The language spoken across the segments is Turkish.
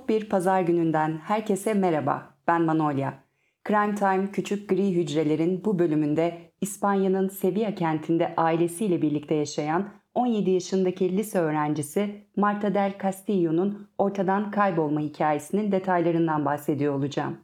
Soğuk bir pazar gününden herkese merhaba. Ben Manolya. Crime Time Küçük Gri Hücrelerin bu bölümünde İspanya'nın Sevilla kentinde ailesiyle birlikte yaşayan 17 yaşındaki lise öğrencisi Marta del Castillo'nun ortadan kaybolma hikayesinin detaylarından bahsediyor olacağım.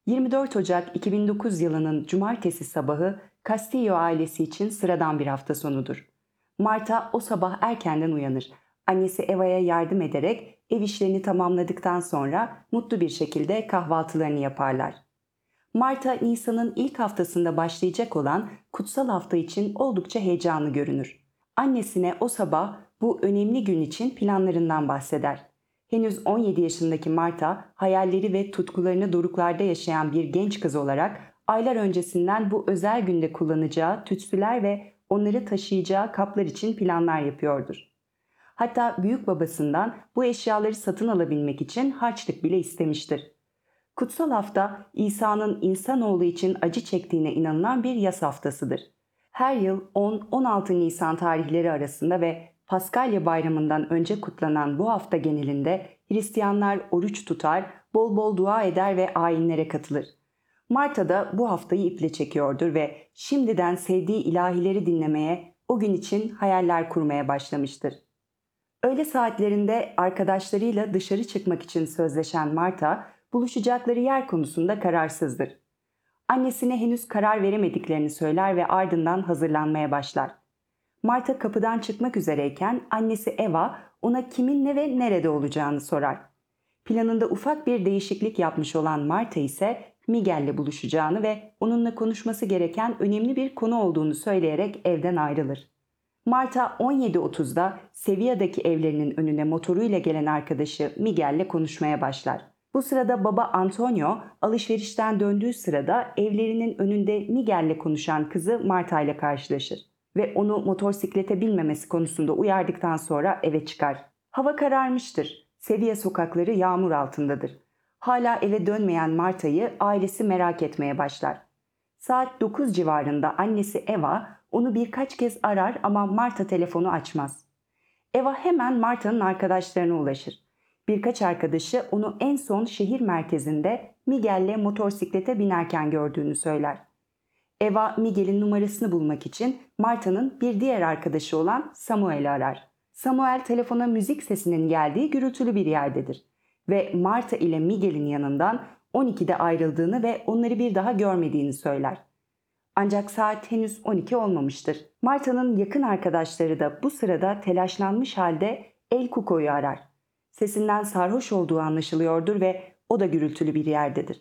24 Ocak 2009 yılının cumartesi sabahı Castillo ailesi için sıradan bir hafta sonudur. Marta o sabah erkenden uyanır. Annesi Eva'ya yardım ederek ev işlerini tamamladıktan sonra mutlu bir şekilde kahvaltılarını yaparlar. Marta, Nisan'ın ilk haftasında başlayacak olan kutsal hafta için oldukça heyecanlı görünür. Annesine o sabah bu önemli gün için planlarından bahseder. Henüz 17 yaşındaki Marta, hayalleri ve tutkularını doruklarda yaşayan bir genç kız olarak aylar öncesinden bu özel günde kullanacağı tütsüler ve onları taşıyacağı kaplar için planlar yapıyordur. Hatta büyük babasından bu eşyaları satın alabilmek için harçlık bile istemiştir. Kutsal hafta İsa'nın insanoğlu için acı çektiğine inanılan bir yas haftasıdır. Her yıl 10-16 Nisan tarihleri arasında ve Paskalya bayramından önce kutlanan bu hafta genelinde Hristiyanlar oruç tutar, bol bol dua eder ve ayinlere katılır. Marta da bu haftayı iple çekiyordur ve şimdiden sevdiği ilahileri dinlemeye, o gün için hayaller kurmaya başlamıştır. Öğle saatlerinde arkadaşlarıyla dışarı çıkmak için sözleşen Marta, buluşacakları yer konusunda kararsızdır. Annesine henüz karar veremediklerini söyler ve ardından hazırlanmaya başlar. Marta kapıdan çıkmak üzereyken annesi Eva ona kiminle ve nerede olacağını sorar. Planında ufak bir değişiklik yapmış olan Marta ise Miguel'le buluşacağını ve onunla konuşması gereken önemli bir konu olduğunu söyleyerek evden ayrılır. Marta 17.30'da Sevilla'daki evlerinin önüne motoruyla gelen arkadaşı Miguel'le konuşmaya başlar. Bu sırada baba Antonio alışverişten döndüğü sırada evlerinin önünde Miguel'le konuşan kızı Marta ile karşılaşır ve onu motosiklete binmemesi konusunda uyardıktan sonra eve çıkar. Hava kararmıştır. Sevilla sokakları yağmur altındadır. Hala eve dönmeyen Marta'yı ailesi merak etmeye başlar. Saat 9 civarında annesi Eva onu birkaç kez arar ama Marta telefonu açmaz. Eva hemen Marta'nın arkadaşlarına ulaşır. Birkaç arkadaşı onu en son şehir merkezinde Miguel'le motosiklete binerken gördüğünü söyler. Eva, Miguel'in numarasını bulmak için Marta'nın bir diğer arkadaşı olan Samuel'i arar. Samuel telefona müzik sesinin geldiği gürültülü bir yerdedir ve Marta ile Miguel'in yanından 12'de ayrıldığını ve onları bir daha görmediğini söyler. Ancak saat henüz 12 olmamıştır. Marta'nın yakın arkadaşları da bu sırada telaşlanmış halde El Cuco'yu arar. Sesinden sarhoş olduğu anlaşılıyordur ve o da gürültülü bir yerdedir.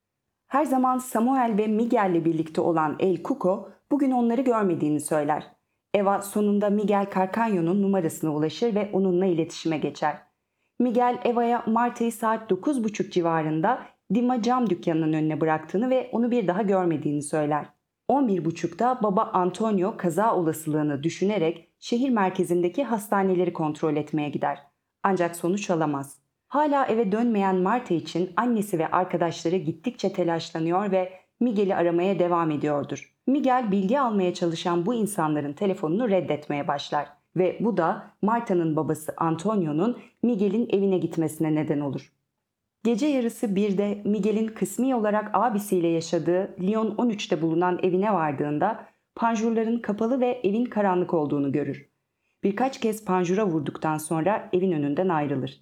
Her zaman Samuel ve Miguel'le birlikte olan El Cuco bugün onları görmediğini söyler. Eva sonunda Miguel Carcaño'nun numarasına ulaşır ve onunla iletişime geçer. Miguel Eva'ya Marta'yı saat 9.30 civarında Dima cam dükkanının önüne bıraktığını ve onu bir daha görmediğini söyler. 11.30'da baba Antonio kaza olasılığını düşünerek şehir merkezindeki hastaneleri kontrol etmeye gider. Ancak sonuç alamaz. Hala eve dönmeyen Marta için annesi ve arkadaşları gittikçe telaşlanıyor ve Miguel'i aramaya devam ediyordur. Miguel bilgi almaya çalışan bu insanların telefonunu reddetmeye başlar ve bu da Marta'nın babası Antonio'nun Miguel'in evine gitmesine neden olur. Gece yarısı 1'de Miguel'in kısmi olarak abisiyle yaşadığı Lyon 13'te bulunan evine vardığında panjurların kapalı ve evin karanlık olduğunu görür. Birkaç kez panjura vurduktan sonra evin önünden ayrılır.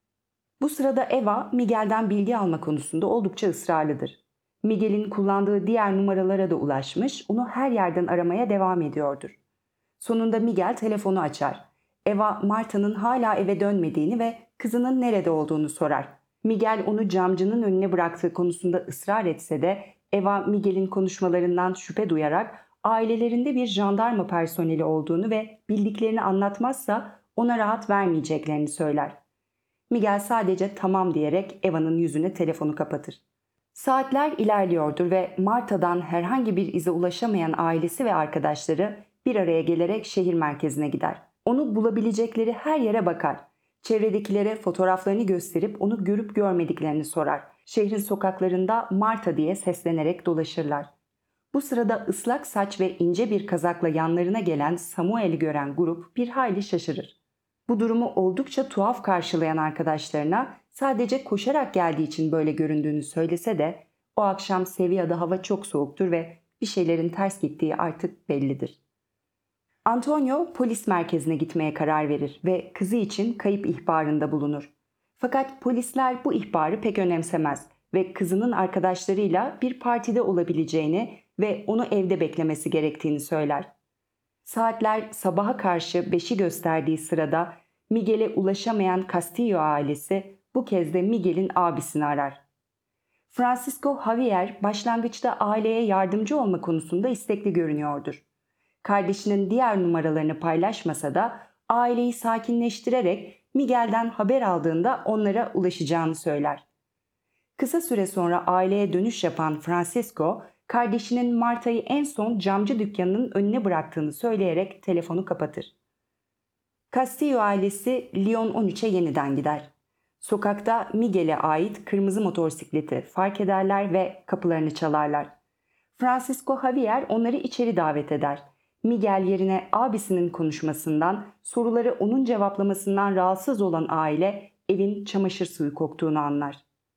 Bu sırada Eva, Miguel'den bilgi alma konusunda oldukça ısrarlıdır. Miguel'in kullandığı diğer numaralara da ulaşmış, onu her yerden aramaya devam ediyordur. Sonunda Miguel telefonu açar. Eva, Marta'nın hala eve dönmediğini ve kızının nerede olduğunu sorar. Miguel onu camcının önüne bıraktığı konusunda ısrar etse de Eva, Miguel'in konuşmalarından şüphe duyarak ailelerinde bir jandarma personeli olduğunu ve bildiklerini anlatmazsa ona rahat vermeyeceklerini söyler. Miguel sadece tamam diyerek Eva'nın yüzüne telefonu kapatır. Saatler ilerliyordur ve Marta'dan herhangi bir ize ulaşamayan ailesi ve arkadaşları bir araya gelerek şehir merkezine gider. Onu bulabilecekleri her yere bakar. Çevredekilere fotoğraflarını gösterip onu görüp görmediklerini sorar. Şehrin sokaklarında Marta diye seslenerek dolaşırlar. Bu sırada ıslak saç ve ince bir kazakla yanlarına gelen Samuel'i gören grup bir hayli şaşırır. Bu durumu oldukça tuhaf karşılayan arkadaşlarına Sadece koşarak geldiği için böyle göründüğünü söylese de o akşam Sevilla'da hava çok soğuktur ve bir şeylerin ters gittiği artık bellidir. Antonio polis merkezine gitmeye karar verir ve kızı için kayıp ihbarında bulunur. Fakat polisler bu ihbarı pek önemsemez ve kızının arkadaşlarıyla bir partide olabileceğini ve onu evde beklemesi gerektiğini söyler. Saatler sabaha karşı 5'i gösterdiği sırada Miguel'e ulaşamayan Castillo ailesi bu kez de Miguel'in abisini arar. Francisco Javier başlangıçta aileye yardımcı olma konusunda istekli görünüyordur. Kardeşinin diğer numaralarını paylaşmasa da aileyi sakinleştirerek Miguel'den haber aldığında onlara ulaşacağını söyler. Kısa süre sonra aileye dönüş yapan Francisco, kardeşinin Marta'yı en son camcı dükkanının önüne bıraktığını söyleyerek telefonu kapatır. Castillo ailesi Lyon 13'e yeniden gider. Sokakta Miguel'e ait kırmızı motosikleti fark ederler ve kapılarını çalarlar. Francisco Javier onları içeri davet eder. Miguel yerine abisinin konuşmasından, soruları onun cevaplamasından rahatsız olan aile evin çamaşır suyu koktuğunu anlar.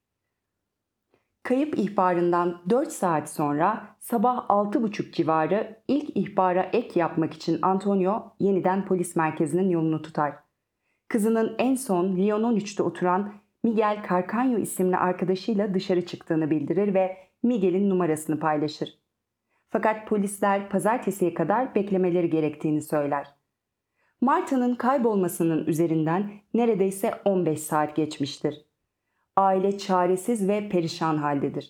Kayıp ihbarından 4 saat sonra sabah 6.30 civarı ilk ihbara ek yapmak için Antonio yeniden polis merkezinin yolunu tutar. Kızının en son Lyon 13'te oturan Miguel Carcaño isimli arkadaşıyla dışarı çıktığını bildirir ve Miguel'in numarasını paylaşır. Fakat polisler pazartesiye kadar beklemeleri gerektiğini söyler. Marta'nın kaybolmasının üzerinden neredeyse 15 saat geçmiştir. Aile çaresiz ve perişan haldedir.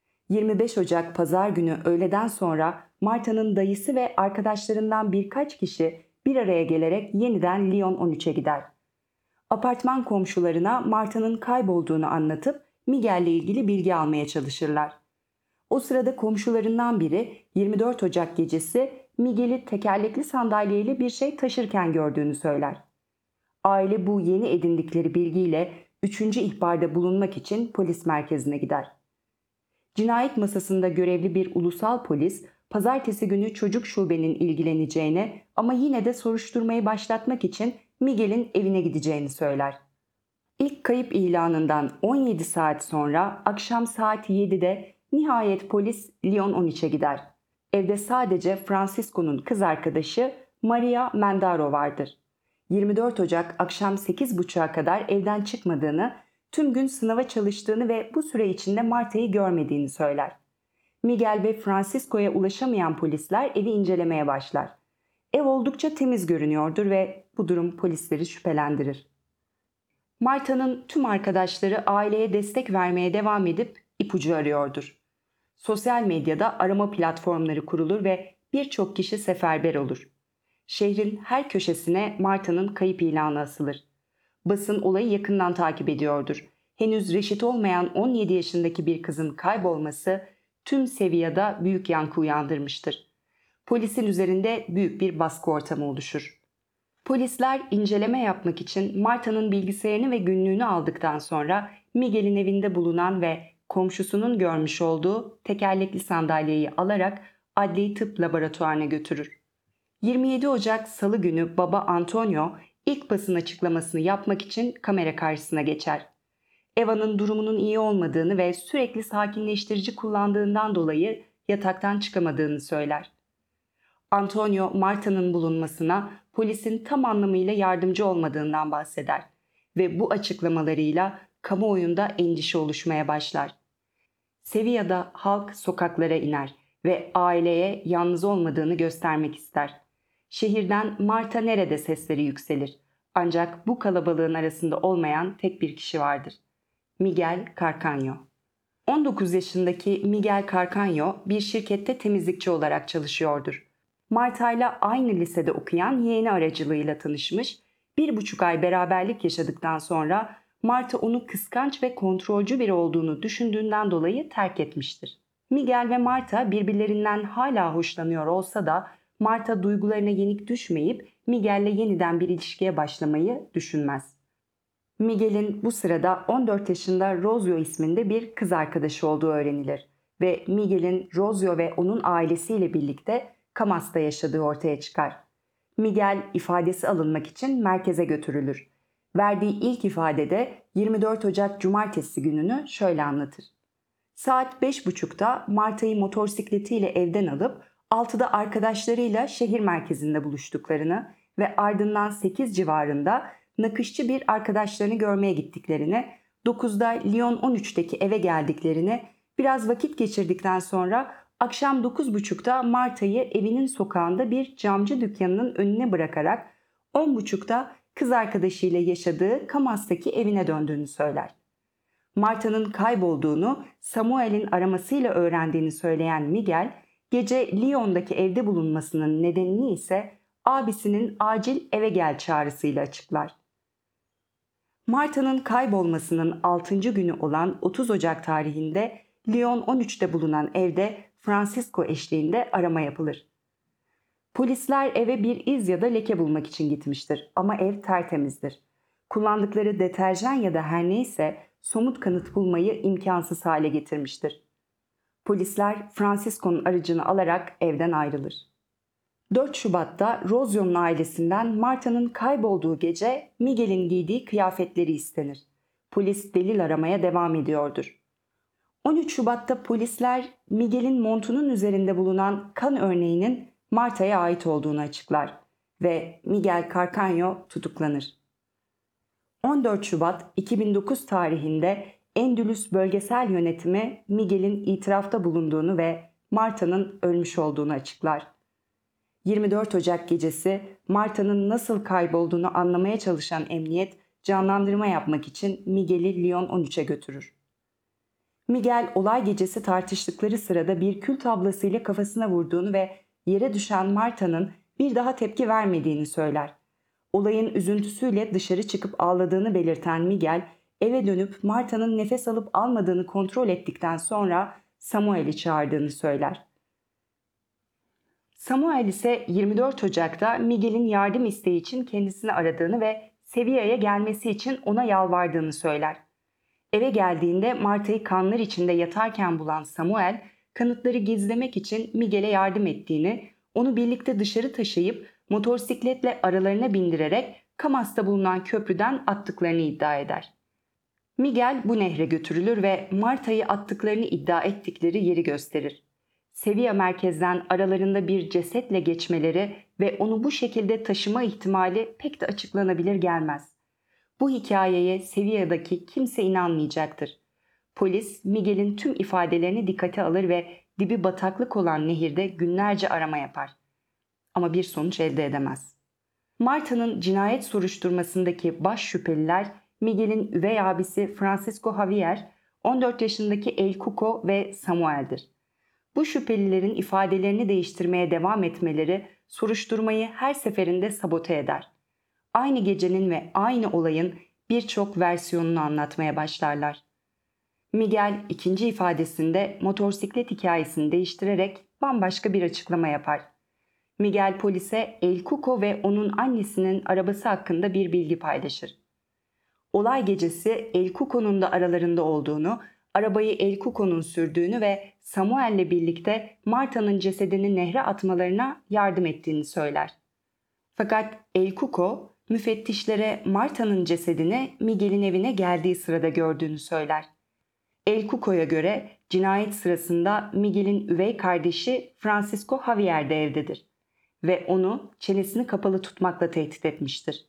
25 Ocak Pazar günü öğleden sonra Marta'nın dayısı ve arkadaşlarından birkaç kişi bir araya gelerek yeniden Lyon 13'e gider. Apartman komşularına Marta'nın kaybolduğunu anlatıp Miguel'le ilgili bilgi almaya çalışırlar. O sırada komşularından biri 24 Ocak gecesi Miguel'i tekerlekli sandalyeyle bir şey taşırken gördüğünü söyler. Aile bu yeni edindikleri bilgiyle 3. ihbarda bulunmak için polis merkezine gider. Cinayet masasında görevli bir ulusal polis, pazartesi günü çocuk şubenin ilgileneceğine ama yine de soruşturmayı başlatmak için Miguel'in evine gideceğini söyler. İlk kayıp ilanından 17 saat sonra akşam saat 7'de nihayet polis Lyon 13'e gider. Evde sadece Francisco'nun kız arkadaşı Maria Mendaro vardır. 24 Ocak akşam 8.30'a kadar evden çıkmadığını, tüm gün sınava çalıştığını ve bu süre içinde Marta'yı görmediğini söyler. Miguel ve Francisco'ya ulaşamayan polisler evi incelemeye başlar. Ev oldukça temiz görünüyordur ve bu durum polisleri şüphelendirir. Marta'nın tüm arkadaşları aileye destek vermeye devam edip ipucu arıyordur. Sosyal medyada arama platformları kurulur ve birçok kişi seferber olur. Şehrin her köşesine Marta'nın kayıp ilanı asılır. Basın olayı yakından takip ediyordur. Henüz reşit olmayan 17 yaşındaki bir kızın kaybolması tüm Sevilla'da büyük yankı uyandırmıştır. Polisin üzerinde büyük bir baskı ortamı oluşur. Polisler inceleme yapmak için Marta'nın bilgisayarını ve günlüğünü aldıktan sonra Miguel'in evinde bulunan ve komşusunun görmüş olduğu tekerlekli sandalyeyi alarak adli tıp laboratuvarına götürür. 27 Ocak Salı günü baba Antonio ilk basın açıklamasını yapmak için kamera karşısına geçer. Eva'nın durumunun iyi olmadığını ve sürekli sakinleştirici kullandığından dolayı yataktan çıkamadığını söyler. Antonio, Marta'nın bulunmasına polisin tam anlamıyla yardımcı olmadığından bahseder ve bu açıklamalarıyla kamuoyunda endişe oluşmaya başlar. Sevilla'da halk sokaklara iner ve aileye yalnız olmadığını göstermek ister. Şehirden "Marta nerede?" sesleri yükselir. Ancak bu kalabalığın arasında olmayan tek bir kişi vardır. Miguel Carcaño. 19 yaşındaki Miguel Carcaño bir şirkette temizlikçi olarak çalışıyordur. Marta ile aynı lisede okuyan yeğeni aracılığıyla tanışmış, 1,5 ay beraberlik yaşadıktan sonra Marta onu kıskanç ve kontrolcü biri olduğunu düşündüğünden dolayı terk etmiştir. Miguel ve Marta birbirlerinden hala hoşlanıyor olsa da Marta duygularına yenik düşmeyip Miguel'le yeniden bir ilişkiye başlamayı düşünmez. Miguel'in bu sırada 14 yaşında Rosio isminde bir kız arkadaşı olduğu öğrenilir ve Miguel'in Rosio ve onun ailesiyle birlikte Camas'ta yaşadığı ortaya çıkar. Miguel ifadesi alınmak için merkeze götürülür. Verdiği ilk ifadede 24 Ocak Cumartesi gününü şöyle anlatır. Saat 5.30'da Marta'yı motosikletiyle evden alıp 6'da arkadaşlarıyla şehir merkezinde buluştuklarını ve ardından 8 civarında nakışçı bir arkadaşlarını görmeye gittiklerini, 9'da Lyon 13'teki eve geldiklerini, biraz vakit geçirdikten sonra akşam 9.30'da Marta'yı evinin sokağında bir camcı dükkanının önüne bırakarak 10.30'da kız arkadaşıyla yaşadığı Kamas'taki evine döndüğünü söyler. Marta'nın kaybolduğunu Samuel'in aramasıyla öğrendiğini söyleyen Miguel, gece Lyon'daki evde bulunmasının nedenini ise abisinin acil eve gel çağrısıyla açıklar. Marta'nın kaybolmasının 6. günü olan 30 Ocak tarihinde Lyon 13'te bulunan evde Francisco eşliğinde arama yapılır. Polisler eve bir iz ya da leke bulmak için gitmiştir ama ev tertemizdir. Kullandıkları deterjan ya da her neyse somut kanıt bulmayı imkansız hale getirmiştir. Polisler Francisco'nun aracını alarak evden ayrılır. 4 Şubat'ta Rozio'nun ailesinden Marta'nın kaybolduğu gece Miguel'in giydiği kıyafetleri istenir. Polis delil aramaya devam ediyordur. 13 Şubat'ta polisler Miguel'in montunun üzerinde bulunan kan örneğinin Marta'ya ait olduğunu açıklar ve Miguel Carcaño tutuklanır. 14 Şubat 2009 tarihinde Endülüs Bölgesel Yönetimi Miguel'in itirafta bulunduğunu ve Marta'nın ölmüş olduğunu açıklar. 24 Ocak gecesi Marta'nın nasıl kaybolduğunu anlamaya çalışan emniyet canlandırma yapmak için Miguel'i Lyon 13'e götürür. Miguel olay gecesi tartıştıkları sırada bir kül tablasıyla kafasına vurduğunu ve yere düşen Marta'nın bir daha tepki vermediğini söyler. Olayın üzüntüsüyle dışarı çıkıp ağladığını belirten Miguel, eve dönüp Marta'nın nefes alıp almadığını kontrol ettikten sonra Samuel'i çağırdığını söyler. Samuel ise 24 Ocak'ta Miguel'in yardım isteği için kendisini aradığını ve Sevilla'ya gelmesi için ona yalvardığını söyler. Eve geldiğinde Marta'yı kanlar içinde yatarken bulan Samuel, kanıtları gizlemek için Miguel'e yardım ettiğini, onu birlikte dışarı taşıyıp motosikletle aralarına bindirerek Kamas'ta bulunan köprüden attıklarını iddia eder. Miguel bu nehre götürülür ve Marta'yı attıklarını iddia ettikleri yeri gösterir. Sevilla merkezden aralarında bir cesetle geçmeleri ve onu bu şekilde taşıma ihtimali pek de açıklanabilir gelmez. Bu hikayeye Sevilla'daki kimse inanmayacaktır. Polis Miguel'in tüm ifadelerini dikkate alır ve dibi bataklık olan nehirde günlerce arama yapar. Ama bir sonuç elde edemez. Marta'nın cinayet soruşturmasındaki baş şüpheliler Miguel'in üvey abisi Francisco Javier, 14 yaşındaki El Cuco ve Samuel'dir. Bu şüphelilerin ifadelerini değiştirmeye devam etmeleri soruşturmayı her seferinde sabote eder. Aynı gecenin ve aynı olayın birçok versiyonunu anlatmaya başlarlar. Miguel ikinci ifadesinde motosiklet hikayesini değiştirerek bambaşka bir açıklama yapar. Miguel polise El Cuco ve onun annesinin arabası hakkında bir bilgi paylaşır. Olay gecesi El Cuco'nun da aralarında olduğunu, arabayı El Cuco'nun sürdüğünü ve Samuel'le birlikte Marta'nın cesedini nehre atmalarına yardım ettiğini söyler. Fakat El Cuco, müfettişlere Marta'nın cesedini Miguel'in evine geldiği sırada gördüğünü söyler. El Cuco'ya göre cinayet sırasında Miguel'in üvey kardeşi Francisco Javier de evdedir ve onu çenesini kapalı tutmakla tehdit etmiştir.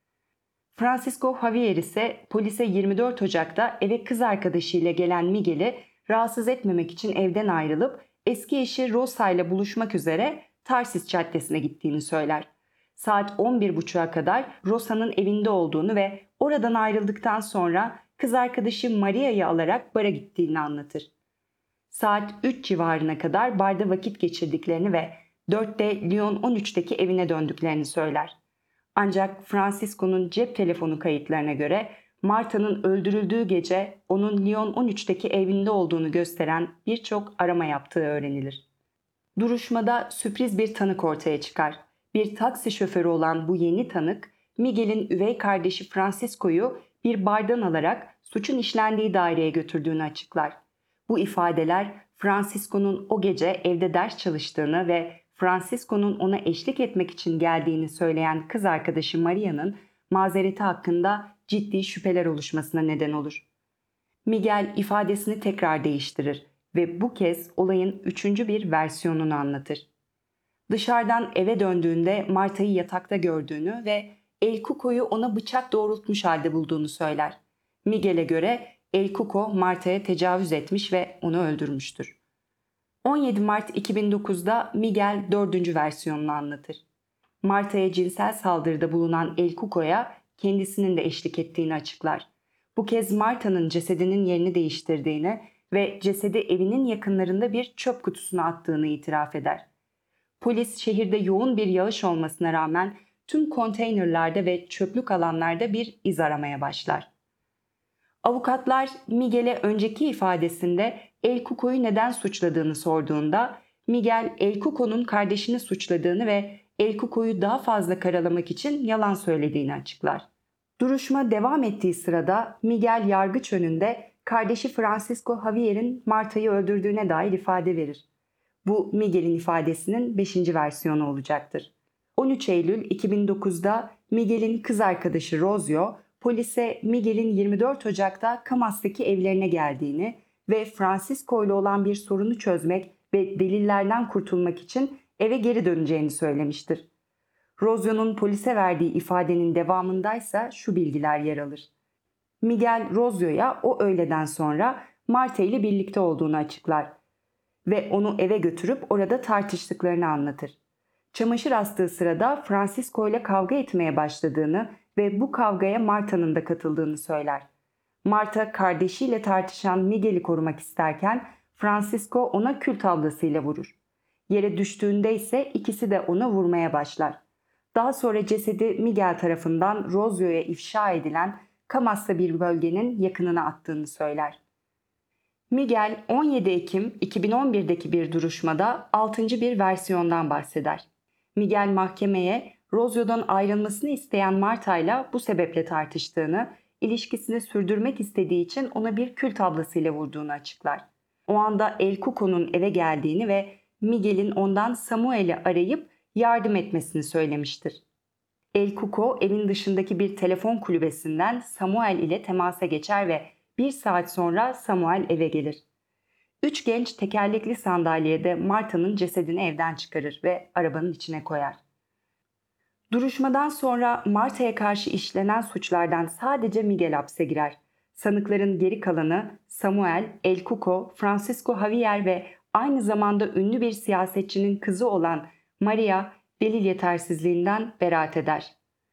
Francisco Javier ise polise 24 Ocak'ta eve kız arkadaşıyla gelen Miguel'i rahatsız etmemek için evden ayrılıp eski eşi Rosa ile buluşmak üzere Tarsis Caddesi'ne gittiğini söyler. Saat 11.30'a kadar Rosa'nın evinde olduğunu ve oradan ayrıldıktan sonra kız arkadaşı Maria'yı alarak bara gittiğini anlatır. Saat 3 civarına kadar barda vakit geçirdiklerini ve 4'te Lyon 13'teki evine döndüklerini söyler. Ancak Francisco'nun cep telefonu kayıtlarına göre Marta'nın öldürüldüğü gece onun Lyon 13'teki evinde olduğunu gösteren birçok arama yaptığı öğrenilir. Duruşmada sürpriz bir tanık ortaya çıkar. Bir taksi şoförü olan bu yeni tanık, Miguel'in üvey kardeşi Francisco'yu bir bardan alarak suçun işlendiği daireye götürdüğünü açıklar. Bu ifadeler Francisco'nun o gece evde ders çalıştığını ve Francisco'nun ona eşlik etmek için geldiğini söyleyen kız arkadaşı Maria'nın mazereti hakkında ciddi şüpheler oluşmasına neden olur. Miguel ifadesini tekrar değiştirir ve bu kez olayın üçüncü bir versiyonunu anlatır. Dışarıdan eve döndüğünde Marta'yı yatakta gördüğünü ve El Cuco'yu ona bıçak doğrultmuş halde bulduğunu söyler. Miguel'e göre El Cuco Marta'ya tecavüz etmiş ve onu öldürmüştür. 17 Mart 2009'da Miguel dördüncü versiyonunu anlatır. Marta'ya cinsel saldırıda bulunan El Cuco'ya kendisinin de eşlik ettiğini açıklar. Bu kez Marta'nın cesedinin yerini değiştirdiğini ve cesedi evinin yakınlarında bir çöp kutusuna attığını itiraf eder. Polis şehirde yoğun bir yağış olmasına rağmen tüm konteynerlerde ve çöplük alanlarda bir iz aramaya başlar. Avukatlar Miguel'e önceki ifadesinde El Cuco'yu neden suçladığını sorduğunda Miguel El Cuco'nun kardeşini suçladığını ve El Cuco'yu daha fazla karalamak için yalan söylediğini açıklar. Duruşma devam ettiği sırada Miguel yargıç önünde kardeşi Francisco Javier'in Marta'yı öldürdüğüne dair ifade verir. Bu Miguel'in ifadesinin 5. versiyonu olacaktır. 13 Eylül 2009'da Miguel'in kız arkadaşı Rosio, polise Miguel'in 24 Ocak'ta Camas'taki evlerine geldiğini ve Francisco ile olan bir sorunu çözmek ve delillerden kurtulmak için eve geri döneceğini söylemiştir. Rosio'nun polise verdiği ifadenin devamındaysa şu bilgiler yer alır. Miguel Rosio'ya o öğleden sonra Marta ile birlikte olduğunu açıklar ve onu eve götürüp orada tartıştıklarını anlatır. Çamaşır astığı sırada Francisco ile kavga etmeye başladığını ve bu kavgaya Marta'nın da katıldığını söyler. Marta kardeşiyle tartışan Miguel'i korumak isterken Francisco ona kül tablasıyla vurur. Yere düştüğünde ise ikisi de ona vurmaya başlar. Daha sonra cesedi Miguel tarafından Rosio'ya ifşa edilen Camas'ta bir bölgenin yakınına attığını söyler. Miguel 17 Ekim 2011'deki bir duruşmada 6. bir versiyondan bahseder. Miguel mahkemeye Rosio'dan ayrılmasını isteyen Marta'yla bu sebeple tartıştığını, ilişkisini sürdürmek istediği için ona bir kül tablasıyla vurduğunu açıklar. O anda El Cuco'nun eve geldiğini ve Miguel'in ondan Samuel'i arayıp yardım etmesini söylemiştir. El Cuco evin dışındaki bir telefon kulübesinden Samuel ile temasa geçer ve 1 saat sonra Samuel eve gelir. 3 genç tekerlekli sandalyede Marta'nın cesedini evden çıkarır ve arabanın içine koyar. Duruşmadan sonra Marta'ya karşı işlenen suçlardan sadece Miguel hapse girer. Sanıkların geri kalanı Samuel, El Cuco, Francisco Javier ve aynı zamanda ünlü bir siyasetçinin kızı olan Maria delil yetersizliğinden beraat eder.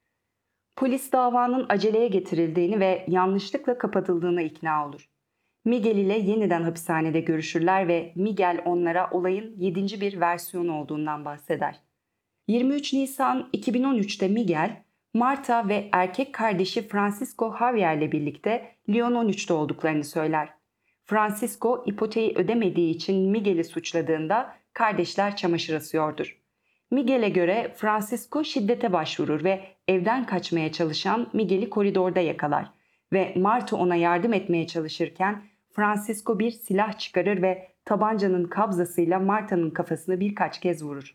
Polis davanın aceleye getirildiğini ve yanlışlıkla kapatıldığına ikna olur. Miguel ile yeniden hapishanede görüşürler ve Miguel onlara olayın 7. bir versiyonu olduğundan bahseder. 23 Nisan 2013'te Miguel, Marta ve erkek kardeşi Francisco Javier ile birlikte Lyon 13'te olduklarını söyler. Francisco ipoteği ödemediği için Miguel'i suçladığında kardeşler çamaşır asıyordur. Miguel'e göre Francisco şiddete başvurur ve evden kaçmaya çalışan Miguel'i koridorda yakalar ve Marta ona yardım etmeye çalışırken Francisco bir silah çıkarır ve tabancanın kabzasıyla Marta'nın kafasını birkaç kez vurur.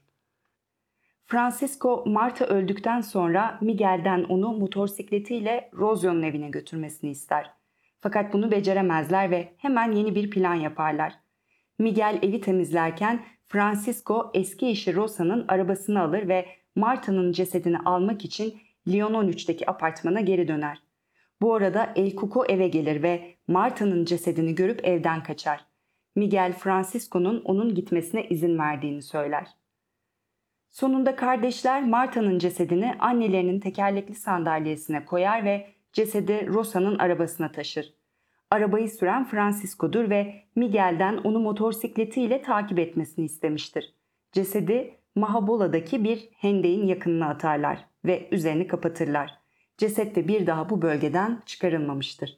Francisco Marta öldükten sonra Miguel'den onu motosikletiyle Rosio'nun evine götürmesini ister. Fakat bunu beceremezler ve hemen yeni bir plan yaparlar. Miguel evi temizlerken Francisco eski eşi Rosa'nın arabasını alır ve Marta'nın cesedini almak için Lyon 13'teki apartmana geri döner. Bu arada El Cuco eve gelir ve Marta'nın cesedini görüp evden kaçar. Miguel Francisco'nun onun gitmesine izin verdiğini söyler. Sonunda kardeşler Marta'nın cesedini annelerinin tekerlekli sandalyesine koyar ve cesedi Rosa'nın arabasına taşır. Arabayı süren Francisco'dur ve Miguel'den onu motosikletiyle takip etmesini istemiştir. Cesedi Mahabola'daki bir hendeğin yakınına atarlar ve üzerini kapatırlar. Ceset de bir daha bu bölgeden çıkarılmamıştır.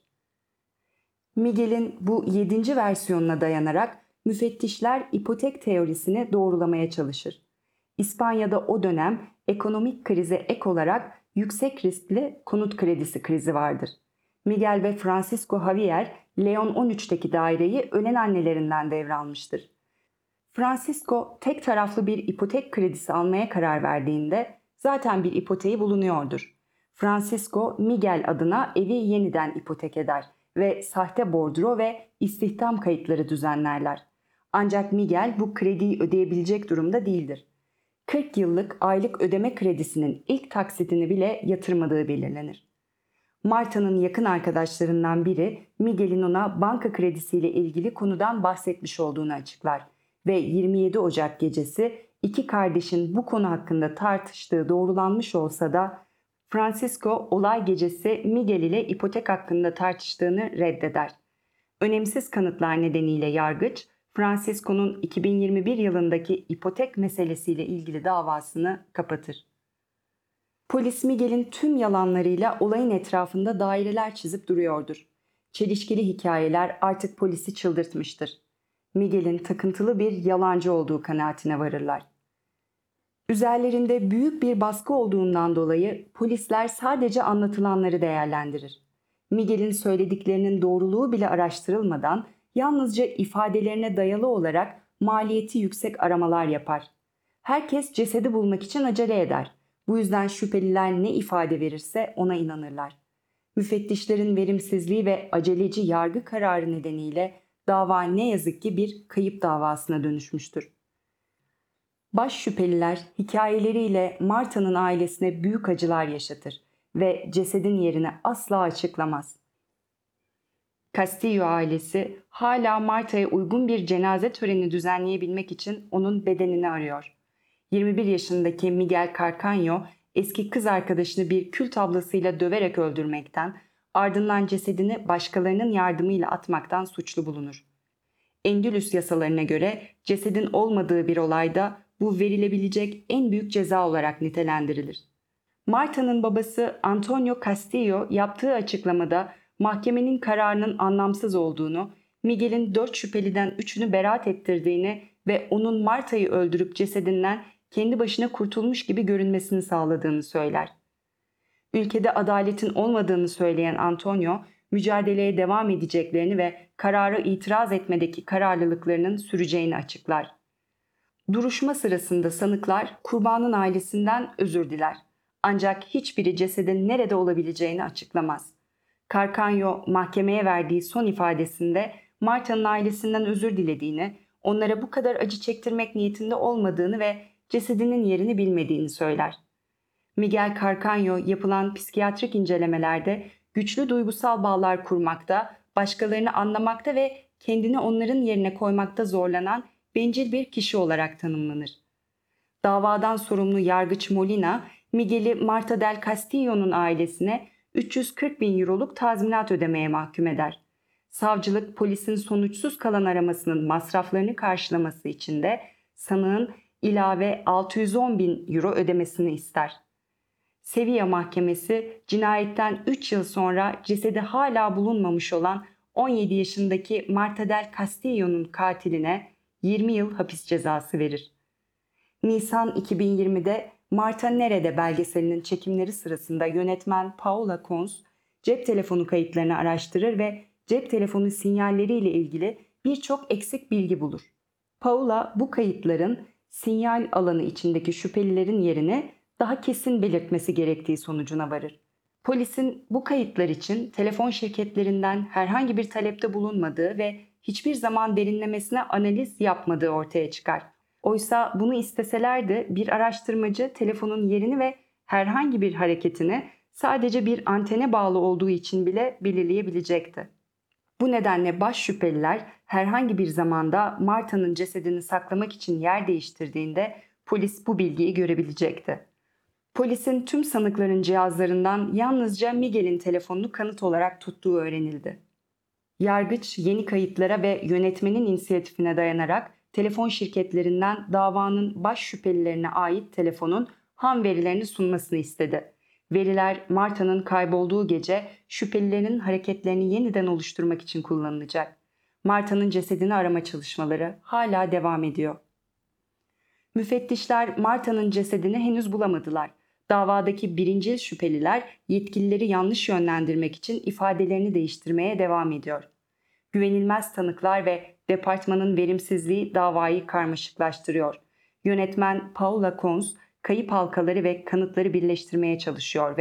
Miguel'in bu 7. versiyonuna dayanarak müfettişler ipotek teorisini doğrulamaya çalışır. İspanya'da o dönem ekonomik krize ek olarak yüksek riskli konut kredisi krizi vardır. Miguel ve Francisco Javier, Lyon 13'teki daireyi ölen annelerinden devralmıştır. Francisco tek taraflı bir ipotek kredisi almaya karar verdiğinde zaten bir ipoteği bulunuyordur. Francisco Miguel adına evi yeniden ipotek eder ve sahte bordro ve istihdam kayıtları düzenlerler. Ancak Miguel bu krediyi ödeyebilecek durumda değildir. 40 yıllık aylık ödeme kredisinin ilk taksitini bile yatırmadığı belirlenir. Marta'nın yakın arkadaşlarından biri Miguel'in ona banka kredisiyle ilgili konudan bahsetmiş olduğunu açıklar ve 27 Ocak gecesi iki kardeşin bu konu hakkında tartıştığı doğrulanmış olsa da Francisco olay gecesi Miguel ile ipotek hakkında tartıştığını reddeder. Önemsiz kanıtlar nedeniyle yargıç, Francisco'nun 2021 yılındaki ipotek meselesiyle ilgili davasını kapatır. Polis Miguel'in tüm yalanlarıyla olayın etrafında daireler çizip duruyordur. Çelişkili hikayeler artık polisi çıldırtmıştır. Miguel'in takıntılı bir yalancı olduğu kanaatine varırlar. Üzerlerinde büyük bir baskı olduğundan dolayı polisler sadece anlatılanları değerlendirir. Miguel'in söylediklerinin doğruluğu bile araştırılmadan yalnızca ifadelerine dayalı olarak maliyeti yüksek aramalar yapar. Herkes cesedi bulmak için acele eder. Bu yüzden şüpheliler ne ifade verirse ona inanırlar. Müfettişlerin verimsizliği ve aceleci yargı kararı nedeniyle dava ne yazık ki bir kayıp davasına dönüşmüştür. Baş şüpheliler hikayeleriyle Marta'nın ailesine büyük acılar yaşatır ve cesedin yerini asla açıklamaz. Castillo ailesi hala Marta'ya uygun bir cenaze töreni düzenleyebilmek için onun bedenini arıyor. 21 yaşındaki Miguel Carcaño eski kız arkadaşını bir kül tablasıyla döverek öldürmekten, ardından cesedini başkalarının yardımıyla atmaktan suçlu bulunur. Endülüs yasalarına göre cesedin olmadığı bir olayda bu verilebilecek en büyük ceza olarak nitelendirilir. Marta'nın babası Antonio Castillo yaptığı açıklamada mahkemenin kararının anlamsız olduğunu, Miguel'in 4 şüpheliden 3'ünü beraat ettirdiğini ve onun Marta'yı öldürüp cesedinden kendi başına kurtulmuş gibi görünmesini sağladığını söyler. Ülkede adaletin olmadığını söyleyen Antonio, mücadeleye devam edeceklerini ve karara itiraz etmedeki kararlılıklarının süreceğini açıklar. Duruşma sırasında sanıklar kurbanın ailesinden özür diler. Ancak hiçbiri cesedin nerede olabileceğini açıklamaz. Carcaño mahkemeye verdiği son ifadesinde Marta'nın ailesinden özür dilediğini, onlara bu kadar acı çektirmek niyetinde olmadığını ve cesedinin yerini bilmediğini söyler. Miguel Carcaño yapılan psikiyatrik incelemelerde güçlü duygusal bağlar kurmakta, başkalarını anlamakta ve kendini onların yerine koymakta zorlanan bencil bir kişi olarak tanımlanır. Davadan sorumlu yargıç Molina, Miguel'i Marta del Castillo'nun ailesine 340 bin euroluk tazminat ödemeye mahkum eder. Savcılık polisin sonuçsuz kalan aramasının masraflarını karşılaması için de sanığın ilave 610 bin euro ödemesini ister. Sevilla Mahkemesi cinayetten 3 yıl sonra cesedi hala bulunmamış olan 17 yaşındaki Marta del Castillo'nun katiline 20 yıl hapis cezası verir. Nisan 2020'de Marta Nerede belgeselinin çekimleri sırasında yönetmen Paula Cons cep telefonu kayıtlarını araştırır ve cep telefonu sinyalleriyle ilgili birçok eksik bilgi bulur. Paula bu kayıtların sinyal alanı içindeki şüphelilerin yerini daha kesin belirtmesi gerektiği sonucuna varır. Polisin bu kayıtlar için telefon şirketlerinden herhangi bir talepte bulunmadığı ve hiçbir zaman derinlemesine analiz yapmadığı ortaya çıkar. Oysa bunu isteselerdi bir araştırmacı telefonun yerini ve herhangi bir hareketini sadece bir antene bağlı olduğu için bile belirleyebilecekti. Bu nedenle baş şüpheliler herhangi bir zamanda Marta'nın cesedini saklamak için yer değiştirdiğinde polis bu bilgiyi görebilecekti. Polisin tüm sanıkların cihazlarından yalnızca Miguel'in telefonunu kanıt olarak tuttuğu öğrenildi. Yargıç yeni kayıtlara ve yönetmenin inisiyatifine dayanarak telefon şirketlerinden davanın baş şüphelilerine ait telefonun ham verilerini sunmasını istedi. Veriler Marta'nın kaybolduğu gece şüphelilerin hareketlerini yeniden oluşturmak için kullanılacak. Marta'nın cesedini arama çalışmaları hala devam ediyor. Müfettişler Marta'nın cesedini henüz bulamadılar. Davadaki birincil şüpheliler yetkilileri yanlış yönlendirmek için ifadelerini değiştirmeye devam ediyor. Güvenilmez tanıklar ve departmanın verimsizliği davayı karmaşıklaştırıyor. Yönetmen Paula Cons kayıp halkaları ve kanıtları birleştirmeye çalışıyor ve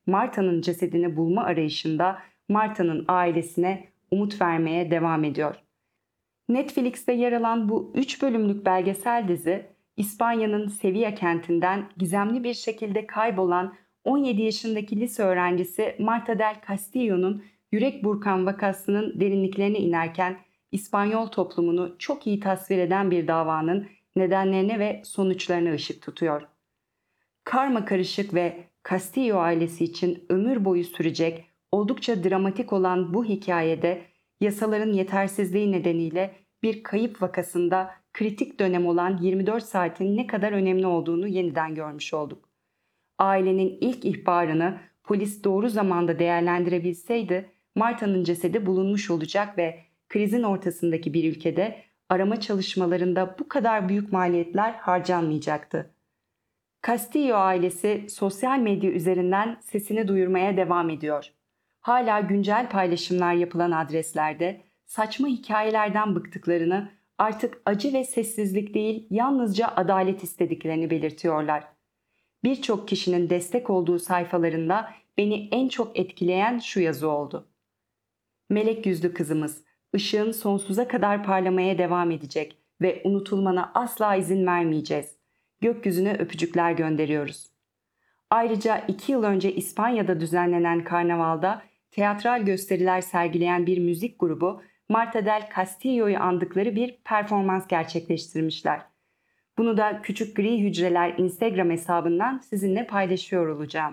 Marta'nın cesedini bulma arayışında Marta'nın ailesine umut vermeye devam ediyor. Netflix'te yer alan bu 3 bölümlük belgesel dizi, İspanya'nın Sevilla kentinden gizemli bir şekilde kaybolan 17 yaşındaki lise öğrencisi Marta del Castillo'nun yürek burkan vakasının derinliklerine inerken İspanyol toplumunu çok iyi tasvir eden bir davanın nedenlerine ve sonuçlarına ışık tutuyor. Karma karışık ve Castillo ailesi için ömür boyu sürecek, oldukça dramatik olan bu hikayede yasaların yetersizliği nedeniyle bir kayıp vakasında kritik dönem olan 24 saatin ne kadar önemli olduğunu yeniden görmüş olduk. Ailenin ilk ihbarını polis doğru zamanda değerlendirebilseydi Marta'nın cesedi bulunmuş olacak ve krizin ortasındaki bir ülkede arama çalışmalarında bu kadar büyük maliyetler harcanmayacaktı. Castillo ailesi sosyal medya üzerinden sesini duyurmaya devam ediyor. Hala güncel paylaşımlar yapılan adreslerde saçma hikayelerden bıktıklarını, artık acı ve sessizlik değil yalnızca adalet istediklerini belirtiyorlar. Birçok kişinin destek olduğu sayfalarında beni en çok etkileyen şu yazı oldu. Melek yüzlü kızımız, ışığın sonsuza kadar parlamaya devam edecek ve unutulmana asla izin vermeyeceğiz. Gökyüzüne öpücükler gönderiyoruz. Ayrıca 2 yıl önce İspanya'da düzenlenen karnavalda teatral gösteriler sergileyen bir müzik grubu Marta del Castillo'yu andıkları bir performans gerçekleştirmişler. Bunu da Küçük Gri Hücreler Instagram hesabından sizinle paylaşıyor olacağım.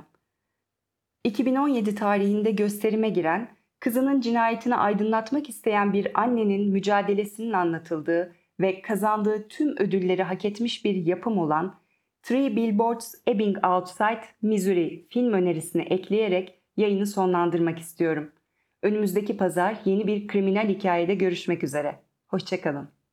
2017 tarihinde gösterime giren, kızının cinayetini aydınlatmak isteyen bir annenin mücadelesinin anlatıldığı ve kazandığı tüm ödülleri hak etmiş bir yapım olan Three Billboards Ebbing Outside, Missouri film önerisini ekleyerek yayını sonlandırmak istiyorum. Önümüzdeki pazar yeni bir kriminal hikayede görüşmek üzere. Hoşça kalın.